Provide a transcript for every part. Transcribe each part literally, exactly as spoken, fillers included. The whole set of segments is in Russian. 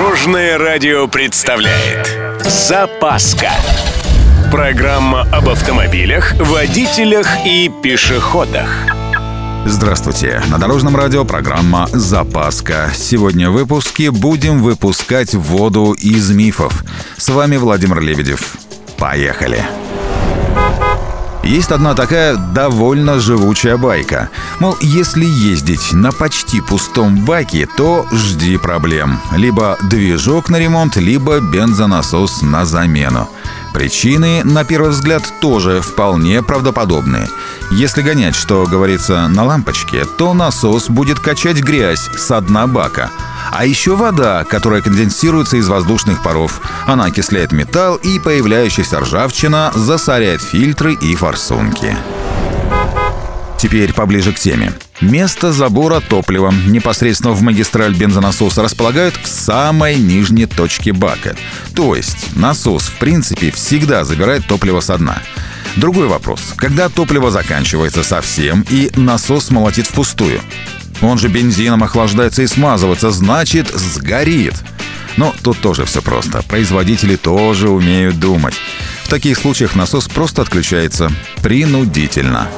Дорожное радио представляет «Запаска». Программа об автомобилях, водителях и пешеходах. Здравствуйте! На Дорожном радио программа «Запаска». Сегодня в выпуске будем выпускать воду из мифов. С вами Владимир Лебедев. Поехали! Есть одна такая довольно живучая байка. Мол, если ездить на почти пустом баке, то жди проблем. Либо движок на ремонт, либо бензонасос на замену. Причины, на первый взгляд, тоже вполне правдоподобные. Если гонять, что говорится, на лампочке, то насос будет качать грязь со дна бака. А еще вода, которая конденсируется из воздушных паров. Она окисляет металл, и появляющаяся ржавчина засоряет фильтры и форсунки. Теперь поближе к теме. Место забора топлива непосредственно в магистраль бензонасоса располагают в самой нижней точке бака. То есть насос, в принципе, всегда забирает топливо со дна. Другой вопрос. Когда топливо заканчивается совсем и насос молотит впустую? Он же бензином охлаждается и смазывается, значит, сгорит. Но тут тоже все просто. Производители тоже умеют думать. В таких случаях насос просто отключается. Принудительно.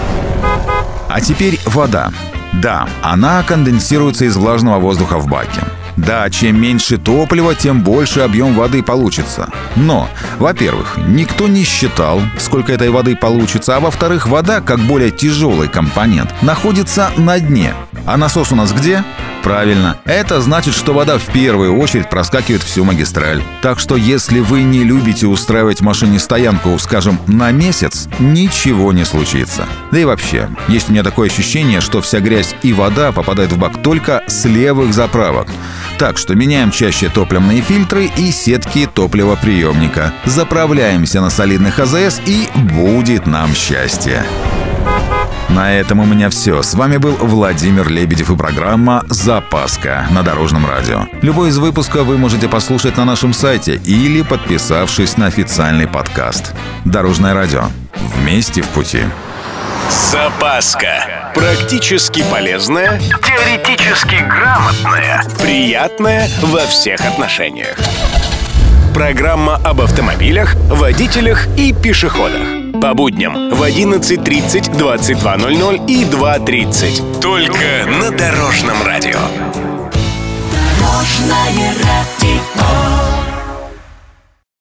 А теперь вода. Да, она конденсируется из влажного воздуха в баке. Да, чем меньше топлива, тем больше объем воды получится. Но, во-первых, никто не считал, сколько этой воды получится, а во-вторых, вода, как более тяжелый компонент, находится на дне. А насос у нас где? Правильно, это значит, что вода в первую очередь проскакивает всю магистраль. Так что если вы не любите устраивать в машине стоянку, скажем, на месяц, ничего не случится. Да и вообще, есть у меня такое ощущение, что вся грязь и вода попадает в бак только с левых заправок. Так что меняем чаще топливные фильтры и сетки топливоприемника. Заправляемся на солидных АЗС, и будет нам счастье. На этом у меня все. С вами был Владимир Лебедев и программа «Запаска» на Дорожном радио. Любой из выпусков вы можете послушать на нашем сайте или подписавшись на официальный подкаст. Дорожное радио. Вместе в пути. «Запаска». Практически полезная, теоретически грамотная, приятная во всех отношениях. Программа об автомобилях, водителях и пешеходах. По будням в одиннадцать тридцать, двадцать два ноль ноль и два тридцать. Только на Дорожном радио. Дорожное радио.